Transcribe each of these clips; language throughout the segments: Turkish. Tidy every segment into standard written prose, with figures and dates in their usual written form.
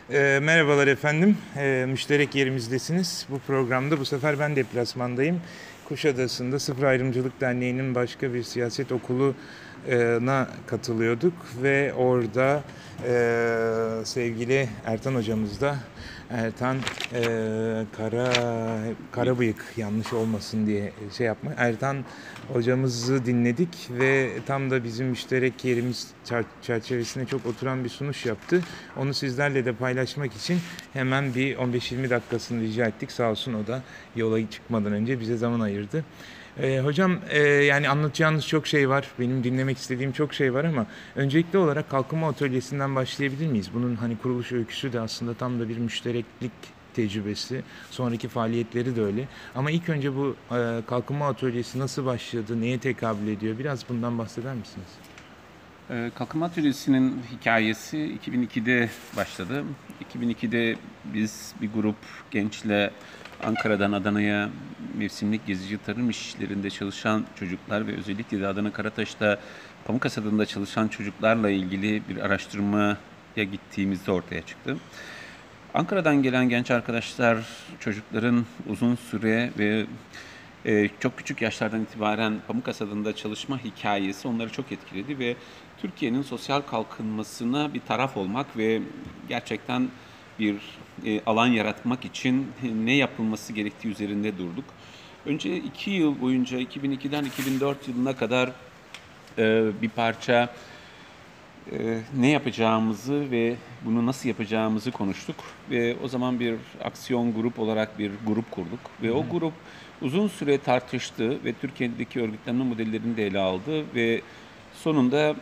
Merhabalar efendim. Müşterek yerimizdesiniz. Bu programda bu sefer ben deplasmandayım. Kuşadası'nda Sıfır Ayrımcılık Derneği'nin başka bir siyaset okuluna katılıyorduk ve orada sevgili Ertan hocamız da Ertan Karabıyık, yanlış olmasın diye Ertan hocamızı dinledik ve tam da bizim müşterek yerimiz çerçevesine çok oturan bir sunuş yaptı. Onu sizlerle de paylaşmak için hemen bir 15-20 dakikasını rica ettik. Sağ olsun, o da yola çıkmadan önce bize zaman ayırdı. Hocam, yani anlatacağınız çok şey var. Benim dinlemek istediğim çok şey var ama öncelikli olarak Kalkınma Atölyesi'nden başlayabilir miyiz? Bunun hani kuruluş öyküsü de aslında tam da bir müştereklik tecrübesi. Sonraki faaliyetleri de öyle. Ama ilk önce bu Kalkınma Atölyesi nasıl başladı, neye tekabül ediyor? Biraz bundan bahseder misiniz? Kalkınma Atölyesi'nin hikayesi 2002'de başladı. 2002'de biz bir grup gençle Ankara'dan Adana'ya mevsimlik gezici tarım işlerinde çalışan çocuklar ve özellikle de Adana Karataş'ta pamuk hasadında çalışan çocuklarla ilgili bir araştırmaya gittiğimizde ortaya çıktı. Ankara'dan gelen genç arkadaşlar çocukların uzun süre ve çok küçük yaşlardan itibaren pamuk hasadında çalışma hikayesi onları çok etkiledi ve Türkiye'nin sosyal kalkınmasına bir taraf olmak ve gerçekten bir alan yaratmak için ne yapılması gerektiği üzerinde durduk. Önce 2 yıl boyunca 2002'den 2004 yılına kadar bir parça ne yapacağımızı ve bunu nasıl yapacağımızı konuştuk ve o zaman bir aksiyon grup olarak bir grup kurduk ve o grup uzun süre tartıştı ve Türkiye'deki örgütlenme modellerini de ele aldı ve sonunda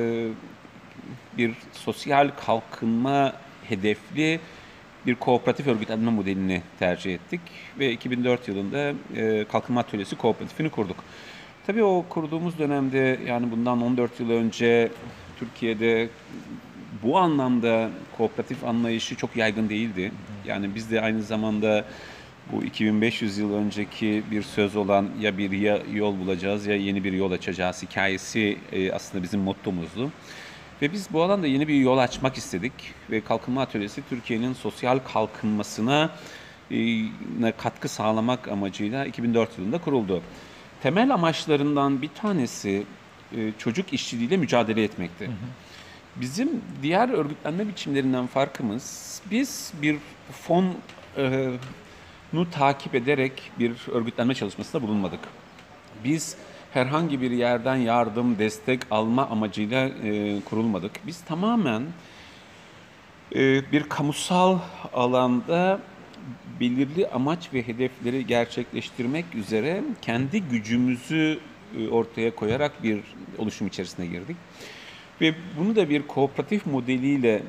bir sosyal kalkınma hedefli bir kooperatif örgütlenme modelini tercih ettik ve 2004 yılında Kalkınma Atölyesi Kooperatifini kurduk. Tabii o kurduğumuz dönemde, yani bundan 14 yıl önce Türkiye'de bu anlamda kooperatif anlayışı çok yaygın değildi. Yani biz de aynı zamanda bu 2500 yıl önceki bir söz olan ya bir yol bulacağız ya yeni bir yol açacağız hikayesi aslında bizim mottomuzdu. Ve biz bu alanda yeni bir yol açmak istedik ve Kalkınma Atölyesi Türkiye'nin sosyal kalkınmasına katkı sağlamak amacıyla 2004 yılında kuruldu. Temel amaçlarından bir tanesi çocuk işçiliğiyle mücadele etmekti. Bizim diğer örgütlenme biçimlerinden farkımız, biz bir fonu takip ederek bir örgütlenme çalışmasında bulunmadık. Biz herhangi bir yerden yardım, destek alma amacıyla kurulmadık. Biz tamamen bir kamusal alanda belirli amaç ve hedefleri gerçekleştirmek üzere kendi gücümüzü ortaya koyarak bir oluşum içerisine girdik. Ve bunu da bir kooperatif modeliyle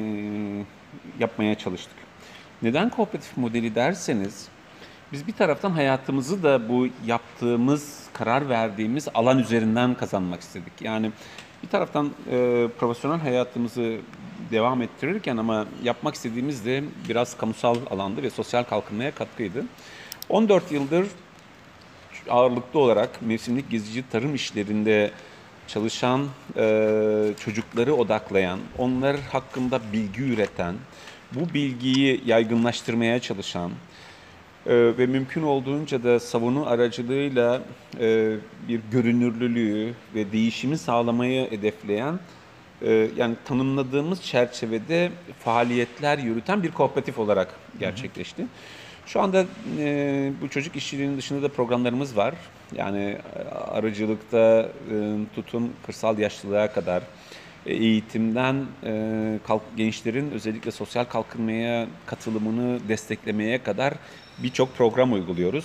yapmaya çalıştık. Neden kooperatif modeli derseniz, biz bir taraftan hayatımızı da bu yaptığımız, karar verdiğimiz alan üzerinden kazanmak istedik. Yani bir taraftan profesyonel hayatımızı devam ettirirken ama yapmak istediğimiz de biraz kamusal alandı ve sosyal kalkınmaya katkıydı. 14 yıldır ağırlıklı olarak mevsimlik gezici tarım işlerinde çalışan, çocukları odaklayan, onlar hakkında bilgi üreten, bu bilgiyi yaygınlaştırmaya çalışan ve mümkün olduğunca da savunu aracılığıyla bir görünürlülüğü ve değişimi sağlamayı hedefleyen, yani tanımladığımız çerçevede faaliyetler yürüten bir kooperatif olarak gerçekleşti. Şu anda bu çocuk işçiliğinin dışında da programlarımız var. Yani arıcılıkta tutun kırsal yaşlılığa kadar, eğitimden gençlerin özellikle sosyal kalkınmaya katılımını desteklemeye kadar birçok program uyguluyoruz.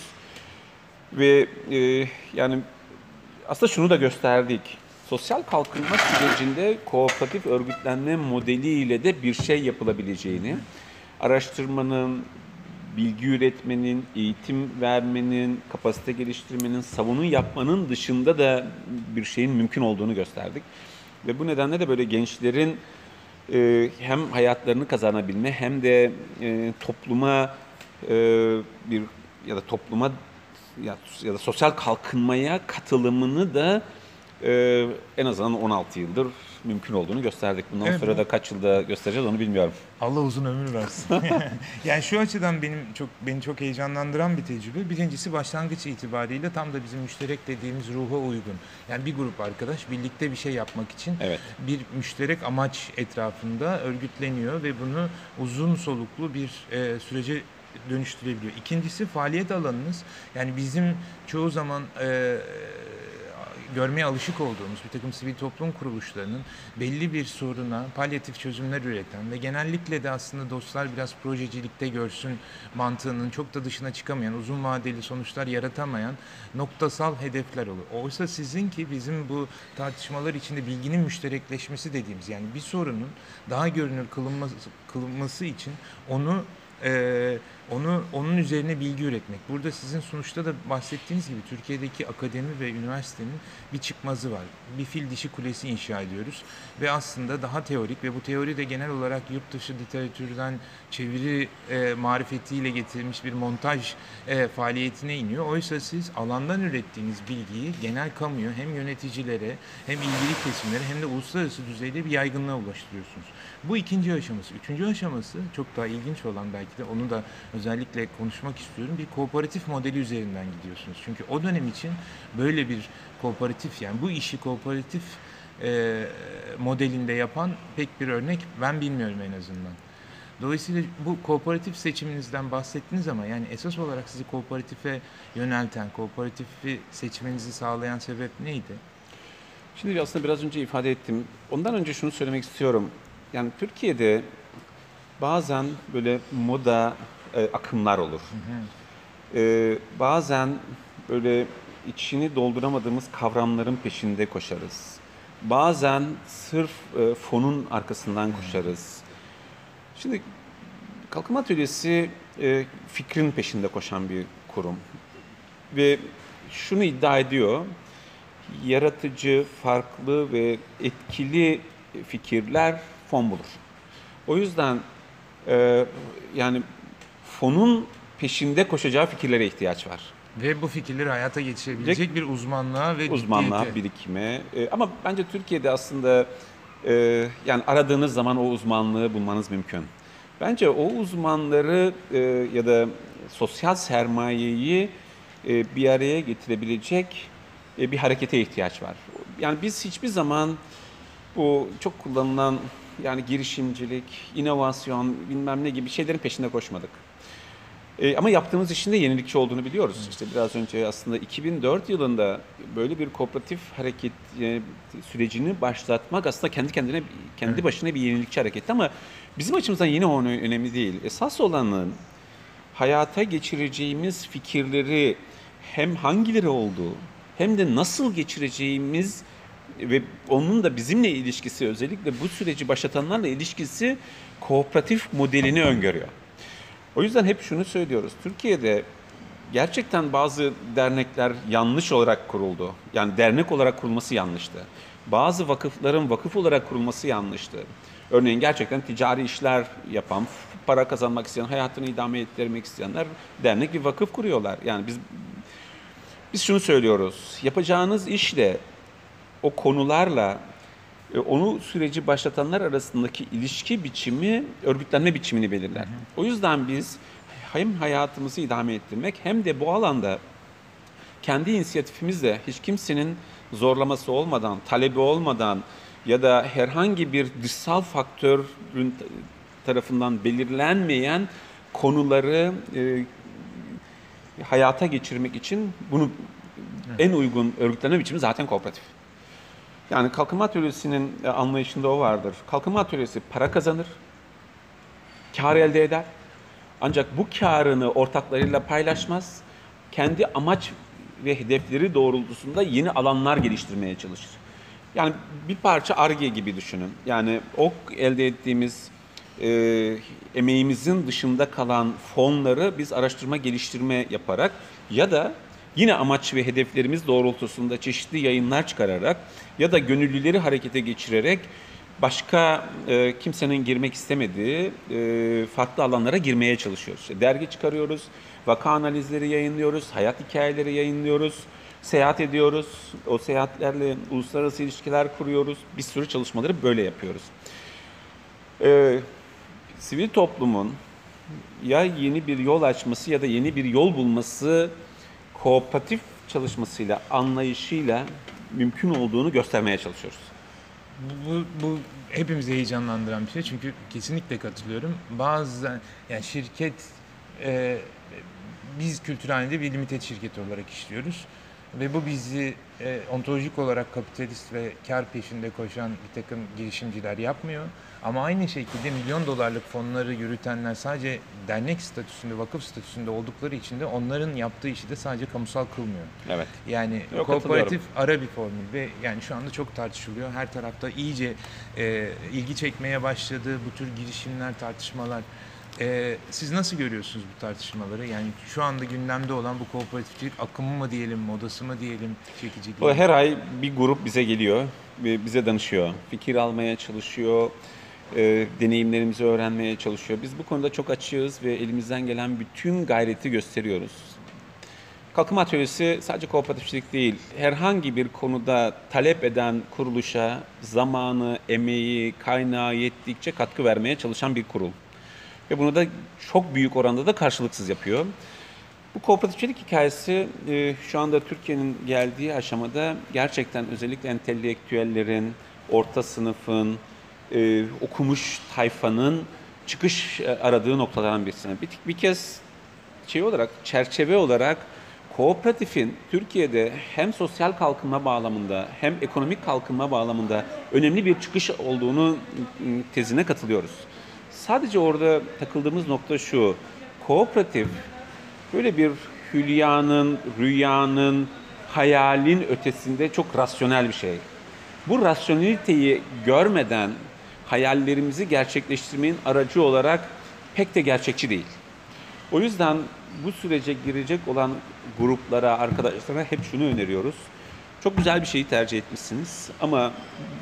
Ve yani aslında şunu da gösterdik. Sosyal kalkınma sürecinde kooperatif örgütlenme modeliyle de bir şey yapılabileceğini, araştırmanın, bilgi üretmenin, eğitim vermenin, kapasite geliştirmenin, savunu yapmanın dışında da bir şeyin mümkün olduğunu gösterdik. Ve bu nedenle de böyle gençlerin hem hayatlarını kazanabilme hem de topluma bir ya da topluma ya da sosyal kalkınmaya katılımını da En azından 16 yıldır mümkün olduğunu gösterdik. Bundan Evet, sonra da kaç yılda göstereceğiz onu bilmiyorum. Allah uzun ömür versin. Yani şu açıdan beni çok heyecanlandıran bir tecrübe. Birincisi başlangıç itibariyle tam da bizim müşterek dediğimiz ruha uygun. Yani bir grup arkadaş birlikte bir şey yapmak için Evet. bir müşterek amaç etrafında örgütleniyor ve bunu uzun soluklu bir sürece dönüştürebiliyor. İkincisi faaliyet alanınız. Yani bizim çoğu zaman görmeye alışık olduğumuz bir takım sivil toplum kuruluşlarının belli bir soruna palyatif çözümler üreten ve genellikle de aslında dostlar biraz projecilikte görsün mantığının çok da dışına çıkamayan, uzun vadeli sonuçlar yaratamayan noktasal hedefler olur. Oysa sizinki bizim bu tartışmalar içinde bilginin müşterekleşmesi dediğimiz, yani bir sorunun daha görünür kılınması için onun üzerine bilgi üretmek. Burada sizin sonuçta da bahsettiğiniz gibi Türkiye'deki akademi ve üniversitenin bir çıkmazı var. Bir fil dişi kulesi inşa ediyoruz ve aslında daha teorik ve bu teori de genel olarak yurt dışı literatürden çeviri marifetiyle getirilmiş bir montaj faaliyetine iniyor. Oysa siz alandan ürettiğiniz bilgiyi genel kamuya, hem yöneticilere hem ilgili kesimlere hem de uluslararası düzeyde bir yaygınlığa ulaştırıyorsunuz. Bu ikinci aşaması. Üçüncü aşaması çok daha ilginç olan, belki de onu da özellikle konuşmak istiyorum. Bir kooperatif modeli üzerinden gidiyorsunuz. Çünkü o dönem için böyle bir kooperatif, yani bu işi kooperatif modelinde yapan pek bir örnek ben bilmiyorum en azından. Dolayısıyla bu kooperatif seçiminizden bahsettiniz ama yani esas olarak sizi kooperatife yönelten, kooperatifi seçmenizi sağlayan sebep neydi? Şimdi aslında biraz önce ifade ettim. Ondan önce şunu söylemek istiyorum. Yani Türkiye'de bazen böyle moda akımlar olur. Bazen böyle içini dolduramadığımız kavramların peşinde koşarız. Bazen sırf fonun arkasından koşarız. Şimdi Kalkınma Atölyesi fikrin peşinde koşan bir kurum. Ve şunu iddia ediyor: yaratıcı, farklı ve etkili fikirler fon bulur. O yüzden yani fonun peşinde koşacağı fikirlere ihtiyaç var. Ve bu fikirleri hayata geçirebilecek bir uzmanlığa ve ciddiyete. Birikime. Ama bence Türkiye'de aslında yani aradığınız zaman o uzmanlığı bulmanız mümkün. Bence o uzmanları ya da sosyal sermayeyi bir araya getirebilecek bir harekete ihtiyaç var. Yani biz hiçbir zaman bu çok kullanılan yani girişimcilik, inovasyon, bilmem ne gibi şeylerin peşinde koşmadık. Ama yaptığımız işin de yenilikçi olduğunu biliyoruz. İşte biraz önce aslında 2004 yılında böyle bir kooperatif hareket sürecini başlatmak aslında kendi başına bir yenilikçi hareket, ama bizim açımızdan yine o önemli değil. Esas olanın hayata geçireceğimiz fikirleri hem hangileri olduğu hem de nasıl geçireceğimiz ve onun da bizimle ilişkisi, özellikle bu süreci başlatanlarla ilişkisi kooperatif modelini öngörüyor. O yüzden hep şunu söylüyoruz: Türkiye'de gerçekten bazı dernekler yanlış olarak kuruldu. Yani dernek olarak kurulması yanlıştı. Bazı vakıfların vakıf olarak kurulması yanlıştı. Örneğin gerçekten ticari işler yapan, para kazanmak isteyen, hayatını idame ettirmek isteyenler dernek bir vakıf kuruyorlar. Yani biz şunu söylüyoruz: yapacağınız işle, o konularla, onu süreci başlatanlar arasındaki ilişki biçimi, örgütlenme biçimini belirler. O yüzden biz hem hayatımızı idame ettirmek hem de bu alanda kendi inisiyatifimizle, hiç kimsenin zorlaması olmadan, talebi olmadan ya da herhangi bir dışsal faktörün tarafından belirlenmeyen konuları hayata geçirmek için bunu en uygun örgütlenme biçimi zaten kooperatif. Yani Kalkınma Atölyesi'nin anlayışında o vardır. Kalkınma Atölyesi para kazanır, kar elde eder. Ancak bu karını ortaklarıyla paylaşmaz. Kendi amaç ve hedefleri doğrultusunda yeni alanlar geliştirmeye çalışır. Yani bir parça Ar-Ge gibi düşünün. Yani o elde ettiğimiz emeğimizin dışında kalan fonları biz araştırma geliştirme yaparak ya da yine amaç ve hedeflerimiz doğrultusunda çeşitli yayınlar çıkararak ya da gönüllüleri harekete geçirerek başka kimsenin girmek istemediği farklı alanlara girmeye çalışıyoruz. Dergi çıkarıyoruz, vaka analizleri yayınlıyoruz, hayat hikayeleri yayınlıyoruz. Seyahat ediyoruz. O seyahatlerle uluslararası ilişkiler kuruyoruz. Bir sürü çalışmaları böyle yapıyoruz. Sivil toplumun ya yeni bir yol açması ya da yeni bir yol bulması kooperatif çalışmasıyla, anlayışıyla mümkün olduğunu göstermeye çalışıyoruz. Bu hepimizi heyecanlandıran bir şey, çünkü kesinlikle katılıyorum. Bazen yani şirket, e, biz Kültürhane'de bir limited şirket olarak işliyoruz ve bu bizi ontolojik olarak kapitalist ve kar peşinde koşan bir takım girişimciler yapmıyor. Ama aynı şekilde milyon dolarlık fonları yürütenler sadece dernek statüsünde, vakıf statüsünde oldukları için de onların yaptığı işi de sadece kamusal kılmıyor. Evet. Yani Yok, kooperatif ara bir formül ve yani şu anda çok tartışılıyor. Her tarafta iyice ilgi çekmeye başladı bu tür girişimler, tartışmalar. Siz nasıl görüyorsunuz bu tartışmaları? Yani şu anda gündemde olan bu kooperatifçilik akımı mı diyelim, modası mı diyelim, çekici O değil. her ay bir grup bize geliyor ve bize danışıyor. Fikir almaya çalışıyor, deneyimlerimizi öğrenmeye çalışıyor. Biz bu konuda çok açığız ve elimizden gelen bütün gayreti gösteriyoruz. Kalkınma Atölyesi sadece kooperatifçilik değil, herhangi bir konuda talep eden kuruluşa zamanı, emeği, kaynağı yettikçe katkı vermeye çalışan bir kurul. Ve bunu da çok büyük oranda da karşılıksız yapıyor. Bu kooperatifçilik hikayesi şu anda Türkiye'nin geldiği aşamada gerçekten özellikle entelektüellerin, orta sınıfın, okumuş tayfanın çıkış aradığı noktalardan birisi. Bir kez çerçeve olarak kooperatifin Türkiye'de hem sosyal kalkınma bağlamında hem ekonomik kalkınma bağlamında önemli bir çıkış olduğunu tezine katılıyoruz. Sadece orada takıldığımız nokta şu: kooperatif böyle bir hülyanın, rüyanın, hayalin ötesinde çok rasyonel bir şey. Bu rasyoneliteyi görmeden hayallerimizi gerçekleştirmenin aracı olarak pek de gerçekçi değil. O yüzden bu sürece girecek olan gruplara, arkadaşlara hep şunu öneriyoruz. Çok güzel bir şeyi tercih etmişsiniz ama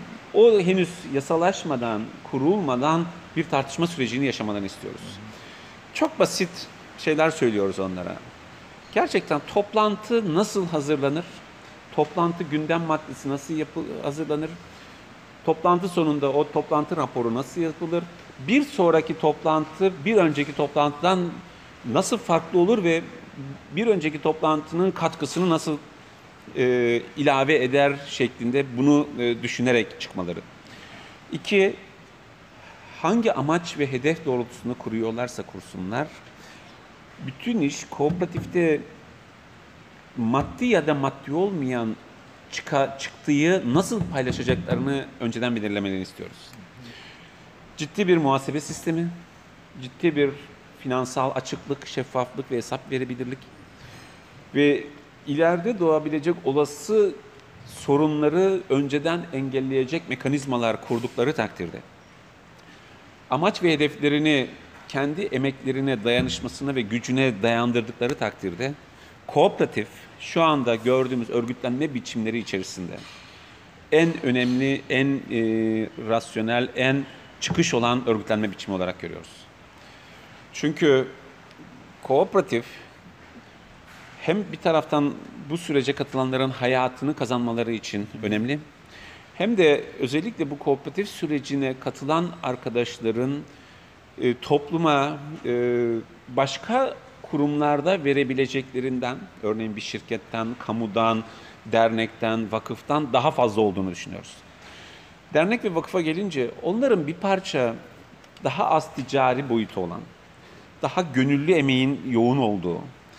o henüz yasalaşmadan, kurulmadan bir tartışma sürecini yaşamalarını istiyoruz. Çok basit şeyler söylüyoruz onlara. Gerçekten toplantı nasıl hazırlanır? Toplantı gündem maddesi nasıl hazırlanır? Toplantı sonunda o toplantı raporu nasıl yapılır? Bir sonraki toplantı bir önceki toplantıdan nasıl farklı olur ve bir önceki toplantının katkısını nasıl ilave eder şeklinde bunu düşünerek çıkmaları. İki, hangi amaç ve hedef doğrultusunda kuruyorlarsa kursunlar, bütün iş kooperatifte maddi ya da maddi olmayan çıktığı nasıl paylaşacaklarını önceden belirlemelerini istiyoruz. Ciddi bir muhasebe sistemi, ciddi bir finansal açıklık, şeffaflık ve hesap verebilirlik ve ileride doğabilecek olası sorunları önceden engelleyecek mekanizmalar kurdukları takdirde, amaç ve hedeflerini kendi emeklerine, dayanışmasına ve gücüne dayandırdıkları takdirde kooperatif şu anda gördüğümüz örgütlenme biçimleri içerisinde en önemli, en rasyonel, en çıkış olan örgütlenme biçimi olarak görüyoruz. Çünkü kooperatif hem bir taraftan bu sürece katılanların hayatını kazanmaları için önemli, hem de özellikle bu kooperatif sürecine katılan arkadaşların topluma başka kurumlarda verebileceklerinden, örneğin bir şirketten, kamudan, dernekten, vakıftan daha fazla olduğunu düşünüyoruz. Dernek ve vakıfa gelince onların bir parça daha az ticari boyutu olan, daha gönüllü emeğin yoğun olduğu,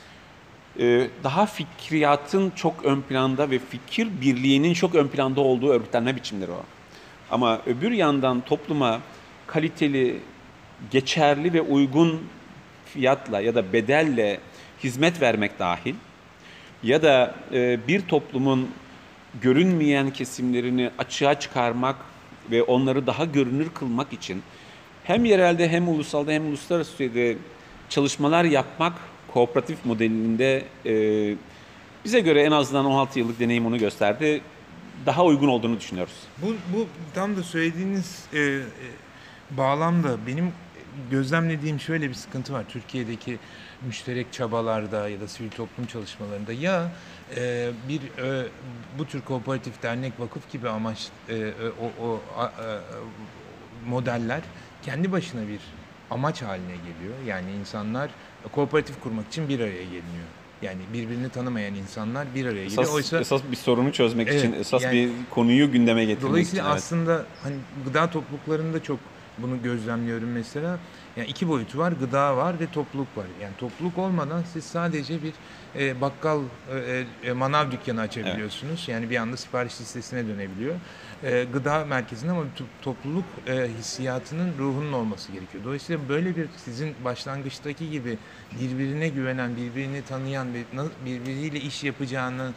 daha fikriyatın çok ön planda ve fikir birliğinin çok ön planda olduğu örgütlenme biçimleri o. Ama öbür yandan topluma kaliteli, geçerli ve uygun fiyatla ya da bedelle hizmet vermek dahil ya da bir toplumun görünmeyen kesimlerini açığa çıkarmak ve onları daha görünür kılmak için hem yerelde hem ulusalda hem uluslararası düzeyde çalışmalar yapmak kooperatif modelinde bize göre en azından 16 yıllık deneyim onu gösterdi. Daha uygun olduğunu düşünüyoruz. Bu tam da söylediğiniz bağlamda benim gözlemlediğim şöyle bir sıkıntı var. Türkiye'deki müşterek çabalarda ya da sivil toplum çalışmalarında ya bu tür kooperatif, dernek, vakıf gibi modeller kendi başına bir amaç haline geliyor. Yani insanlar kooperatif kurmak için bir araya geliniyor. Yani birbirini tanımayan insanlar bir araya geliyor. Esas bir sorunu çözmek Evet, için, esas yani bir konuyu gündeme getirmek için. Dolayısıyla Evet. aslında hani gıda topluluklarında çok bunu gözlemliyorum mesela. Yani iki boyutu var, gıda var ve topluluk var. Yani topluluk olmadan siz sadece bir bakkal, manav dükkanı açabiliyorsunuz. Yani bir anda sipariş listesine dönebiliyor. Gıda merkezinde ama topluluk hissiyatının ruhunun olması gerekiyor. Dolayısıyla böyle bir sizin başlangıçtaki gibi birbirine güvenen, birbirini tanıyan ve birbiriyle iş yapacağını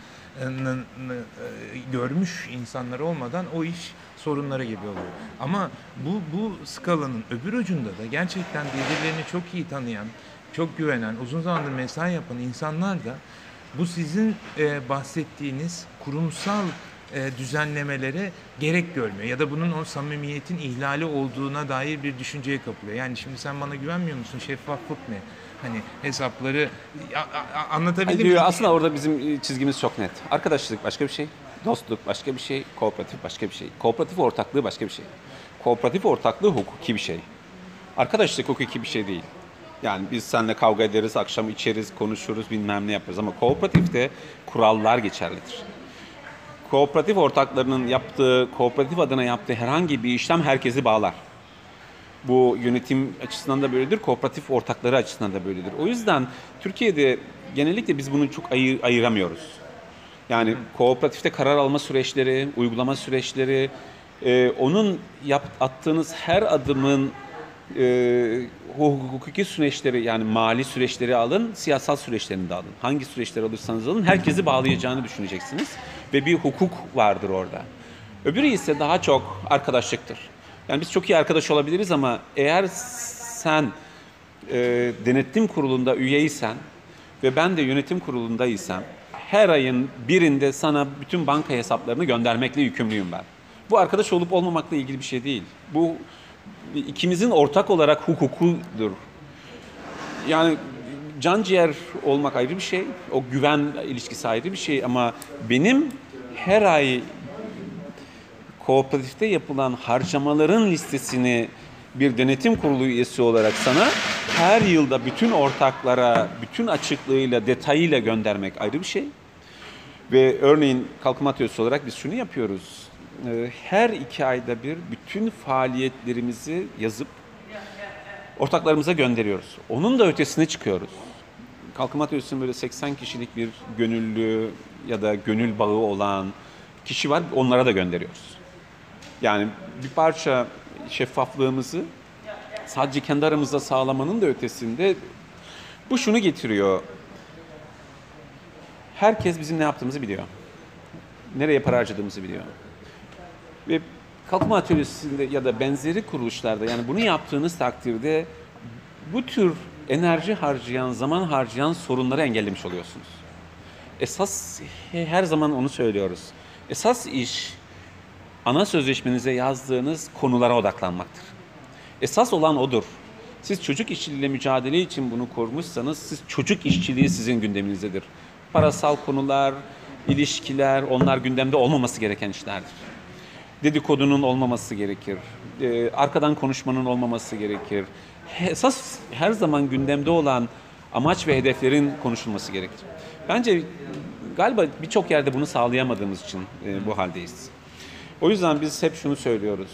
görmüş insanlar olmadan o iş sorunlara gibi oluyor. Ama bu skalanın öbür ucunda da gerçekten birbirlerini çok iyi tanıyan, çok güvenen, uzun zamandır mesai yapan insanlar da bu sizin bahsettiğiniz kurumsal düzenlemelere gerek görmüyor. Ya da bunun o samimiyetin ihlali olduğuna dair bir düşünceye kapılıyor. Yani şimdi sen bana güvenmiyor musun? Şeffaflık ne? Hani hesapları anlatabildim mi? Aslında orada bizim çizgimiz çok net. Arkadaşlık başka bir şey, dostluk başka bir şey, kooperatif başka bir şey. Kooperatif ortaklığı başka bir şey. Kooperatif ortaklığı hukuki bir şey. Arkadaşlık hukuki bir şey değil. Yani biz seninle kavga ederiz, akşam içeriz, konuşuruz, bilmem ne yaparız. Ama kooperatifte kurallar geçerlidir. Kooperatif ortaklarının yaptığı, kooperatif adına yaptığı herhangi bir işlem herkesi bağlar. Bu yönetim açısından da böyledir, kooperatif ortakları açısından da böyledir. O yüzden Türkiye'de genellikle biz bunu çok ayıramıyoruz. Yani kooperatifte karar alma süreçleri, uygulama süreçleri, onun attığınız her adımın hukuki süreçleri, yani mali süreçleri alın, siyasal süreçlerini de alın. Hangi süreçleri alırsanız alın, herkesi bağlayacağını düşüneceksiniz. Ve bir hukuk vardır orada. Öbürü ise daha çok arkadaşlıktır. Yani biz çok iyi arkadaş olabiliriz ama eğer sen denetim kurulunda üyeysen ve ben de yönetim kurulundaysam her ayın birinde sana bütün banka hesaplarını göndermekle yükümlüyüm ben. Bu arkadaş olup olmamakla ilgili bir şey değil. Bu ikimizin ortak olarak hukukudur. Yani can ciğer olmak ayrı bir şey, o güven ilişkisi ayrı bir şey ama benim her ay kooperatifte yapılan harcamaların listesini bir denetim kurulu üyesi olarak sana her yılda bütün ortaklara, bütün açıklığıyla, detayıyla göndermek ayrı bir şey. Ve örneğin Kalkınma Atölyesi olarak biz şunu yapıyoruz. Her 2 ayda bir bütün faaliyetlerimizi yazıp ortaklarımıza gönderiyoruz. Onun da ötesine çıkıyoruz. Kalkınma Atölyesi'nin böyle 80 kişilik bir gönüllü ya da gönül bağı olan kişi var, onlara da gönderiyoruz. Yani bir parça şeffaflığımızı sadece kendi aramızda sağlamanın da ötesinde bu şunu getiriyor. Herkes bizim ne yaptığımızı biliyor. Nereye para harcadığımızı biliyor. Ve Kalkınma Atölyesi'nde ya da benzeri kuruluşlarda yani bunu yaptığınız takdirde bu tür enerji harcayan, zaman harcayan sorunları engellemiş oluyorsunuz. Esas her zaman onu söylüyoruz. Esas iş ana sözleşmenize yazdığınız konulara odaklanmaktır. Esas olan odur. Siz çocuk işçiliğiyle mücadele için bunu kurmuşsanız siz çocuk işçiliği sizin gündeminizdedir. Parasal konular, ilişkiler onlar gündemde olmaması gereken işlerdir. Dedikodunun olmaması gerekir. Arkadan konuşmanın olmaması gerekir. Esas her zaman gündemde olan amaç ve hedeflerin konuşulması gerekir. Bence galiba birçok yerde bunu sağlayamadığımız için bu haldeyiz. O yüzden biz hep şunu söylüyoruz.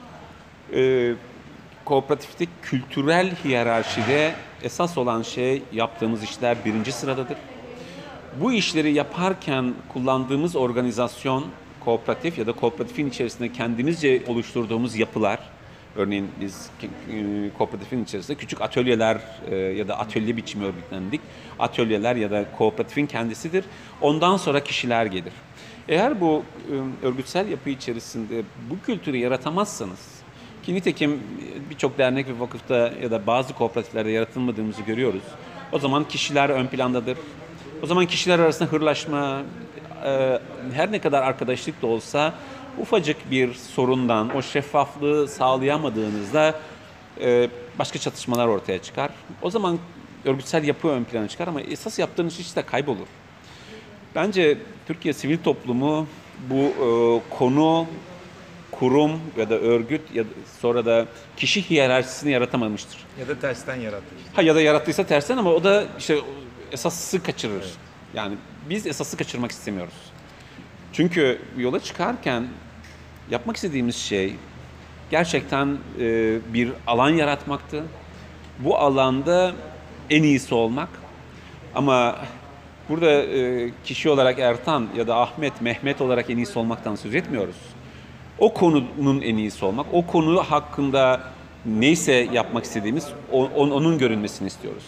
Kooperatifte kültürel hiyerarşide esas olan şey yaptığımız işler birinci sıradadır. Bu işleri yaparken kullandığımız organizasyon kooperatif ya da kooperatifin içerisinde kendimizce oluşturduğumuz yapılar, örneğin biz kooperatifin içerisinde küçük atölyeler ya da atölye biçimi örgütlendik. Atölyeler ya da kooperatifin kendisidir. Ondan sonra kişiler gelir. Eğer bu örgütsel yapı içerisinde bu kültürü yaratamazsanız, ki nitekim birçok dernek ve vakıfta ya da bazı kooperatiflerde yaratılmadığımızı görüyoruz. O zaman kişiler ön plandadır. O zaman kişiler arasında hırlaşma, her ne kadar arkadaşlık da olsa ufacık bir sorundan o şeffaflığı sağlayamadığınızda başka çatışmalar ortaya çıkar. O zaman örgütsel yapı ön plana çıkar ama esas yaptığınız iş de kaybolur. Bence Türkiye sivil toplumu bu konu, kurum ya da örgüt ya da sonra da kişi hiyerarşisini yaratamamıştır. Ya da tersten yaratmış. Ya da yarattıysa tersten ama o da işte esası kaçırır. Evet. Yani biz esası kaçırmak istemiyoruz. Çünkü yola çıkarken yapmak istediğimiz şey gerçekten bir alan yaratmaktı. Bu alanda en iyisi olmak. Ama burada kişi olarak Ertan ya da Ahmet, Mehmet olarak en iyisi olmaktan söz etmiyoruz. O konunun en iyisi olmak, o konu hakkında neyse yapmak istediğimiz onun görünmesini istiyoruz.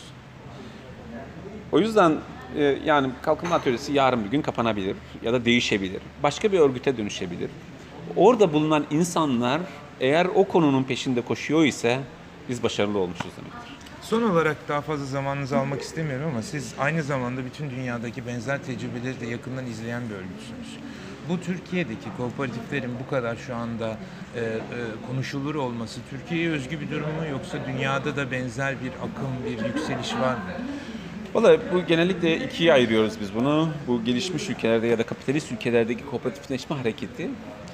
O yüzden yani Kalkınma Atölyesi yarın bir gün kapanabilir ya da değişebilir. Başka bir örgüte dönüşebilir. Orada bulunan insanlar eğer o konunun peşinde koşuyor ise biz başarılı olmuşuz demektir. Son olarak daha fazla zamanınızı almak istemiyorum ama siz aynı zamanda bütün dünyadaki benzer tecrübeleri de yakından izleyen bir örgütsünüz. Bu Türkiye'deki kooperatiflerin bu kadar şu anda konuşulur olması Türkiye'ye özgü bir durum mu yoksa dünyada da benzer bir akım, bir yükseliş var mı? Valla bu genellikle ikiye ayırıyoruz biz bunu. Bu gelişmiş ülkelerde ya da kapitalist ülkelerdeki kooperatifleşme hareketi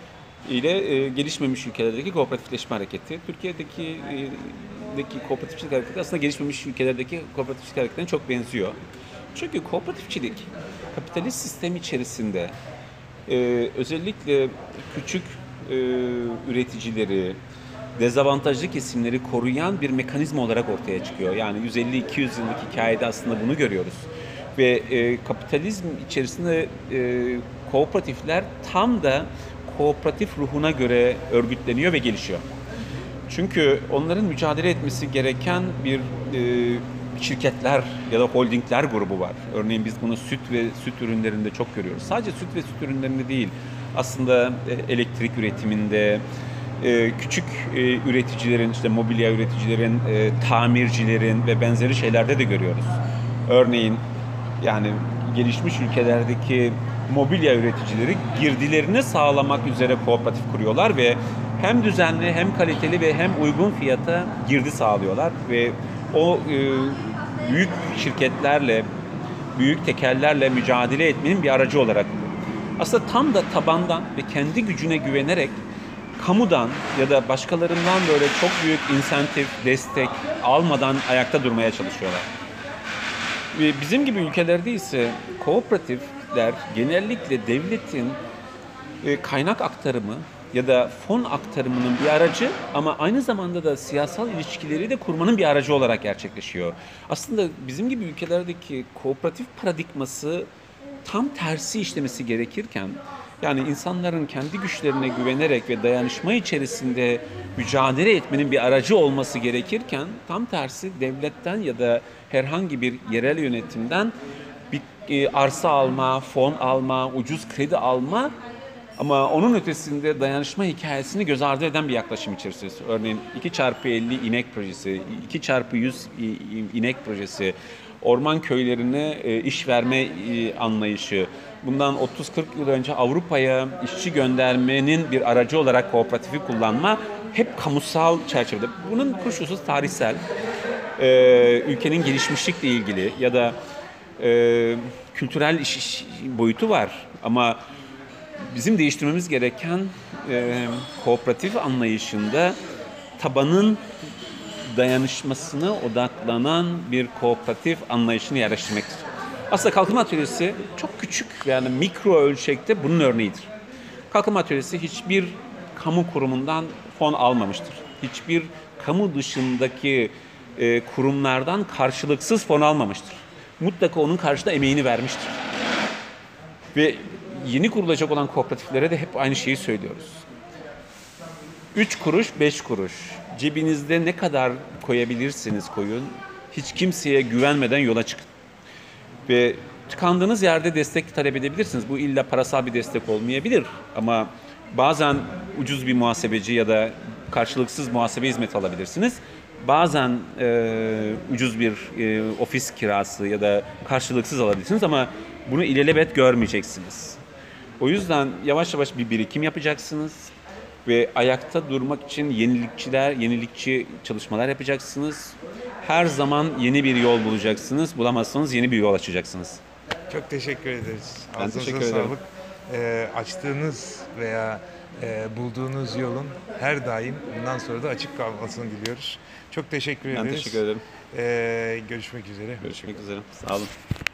ile gelişmemiş ülkelerdeki kooperatifleşme hareketi. Türkiye'deki kooperatifçilik hareketi aslında gelişmemiş ülkelerdeki kooperatifçilik hareketine çok benziyor. Çünkü kooperatifçilik kapitalist sistem içerisinde özellikle küçük üreticileri, dezavantajlı kesimleri koruyan bir mekanizma olarak ortaya çıkıyor. Yani 150-200 yıllık hikayede aslında bunu görüyoruz. Ve kapitalizm içerisinde kooperatifler tam da kooperatif ruhuna göre örgütleniyor ve gelişiyor. Çünkü onların mücadele etmesi gereken bir şirketler ya da holdingler grubu var. Örneğin biz bunu süt ve süt ürünlerinde çok görüyoruz. Sadece süt ve süt ürünlerinde değil, aslında elektrik üretiminde, küçük üreticilerin, işte mobilya üreticilerin, tamircilerin ve benzeri şeylerde de görüyoruz. Örneğin yani gelişmiş ülkelerdeki mobilya üreticileri girdilerini sağlamak üzere kooperatif kuruyorlar ve hem düzenli hem kaliteli ve hem uygun fiyata girdi sağlıyorlar ve o büyük şirketlerle, büyük tekellerle mücadele etmenin bir aracı olarak. Aslında tam da tabandan ve kendi gücüne güvenerek kamudan ya da başkalarından böyle çok büyük insentif, destek almadan ayakta durmaya çalışıyorlar. Ve bizim gibi ülkelerde ise kooperatifler genellikle devletin kaynak aktarımı ya da fon aktarımının bir aracı ama aynı zamanda da siyasal ilişkileri de kurmanın bir aracı olarak gerçekleşiyor. Aslında bizim gibi ülkelerdeki kooperatif paradigması tam tersi işlemesi gerekirken, yani insanların kendi güçlerine güvenerek ve dayanışma içerisinde mücadele etmenin bir aracı olması gerekirken tam tersi devletten ya da herhangi bir yerel yönetimden bir arsa alma, fon alma, ucuz kredi alma ama onun ötesinde dayanışma hikayesini göz ardı eden bir yaklaşım içerisindeyiz. Örneğin 2x50 inek projesi, 2x100 inek projesi, orman köylerine iş verme anlayışı, bundan 30-40 yıl önce Avrupa'ya işçi göndermenin bir aracı olarak kooperatifi kullanma hep kamusal çerçevede. Bunun kuşkusuz tarihsel, ülkenin gelişmişlikle ilgili ya da kültürel iş boyutu var. Ama bizim değiştirmemiz gereken kooperatif anlayışında tabanın dayanışmasına odaklanan bir kooperatif anlayışını yerleştirmektir. Aslında Kalkınma Atölyesi çok küçük yani mikro ölçekte bunun örneğidir. Kalkınma Atölyesi hiçbir kamu kurumundan fon almamıştır. Hiçbir kamu dışındaki kurumlardan karşılıksız fon almamıştır. Mutlaka onun karşılığında emeğini vermiştir. Ve yeni kurulacak olan kooperatiflere de hep aynı şeyi söylüyoruz. 3 kuruş, 5 kuruş. Cebinizde ne kadar koyabilirsiniz koyun. Hiç kimseye güvenmeden yola çıkın. Ve tıkandığınız yerde destek talep edebilirsiniz. Bu illa parasal bir destek olmayabilir. Ama bazen ucuz bir muhasebeci ya da karşılıksız muhasebe hizmeti alabilirsiniz. Bazen ucuz bir ofis kirası ya da karşılıksız alabilirsiniz ama bunu ilelebet görmeyeceksiniz. O yüzden yavaş yavaş bir birikim yapacaksınız ve ayakta durmak için yenilikçi çalışmalar yapacaksınız. Her zaman yeni bir yol bulacaksınız. Bulamazsanız yeni bir yol açacaksınız. Çok teşekkür ederiz. Ben Ağzınıza teşekkür ederim. sağlık. Açtığınız veya bulduğunuz yolun her daim bundan sonra da açık kalmasını diliyoruz. Çok teşekkür Ben ederiz. teşekkür ederim. Görüşmek üzere. Görüşmek üzere. Sağ olun.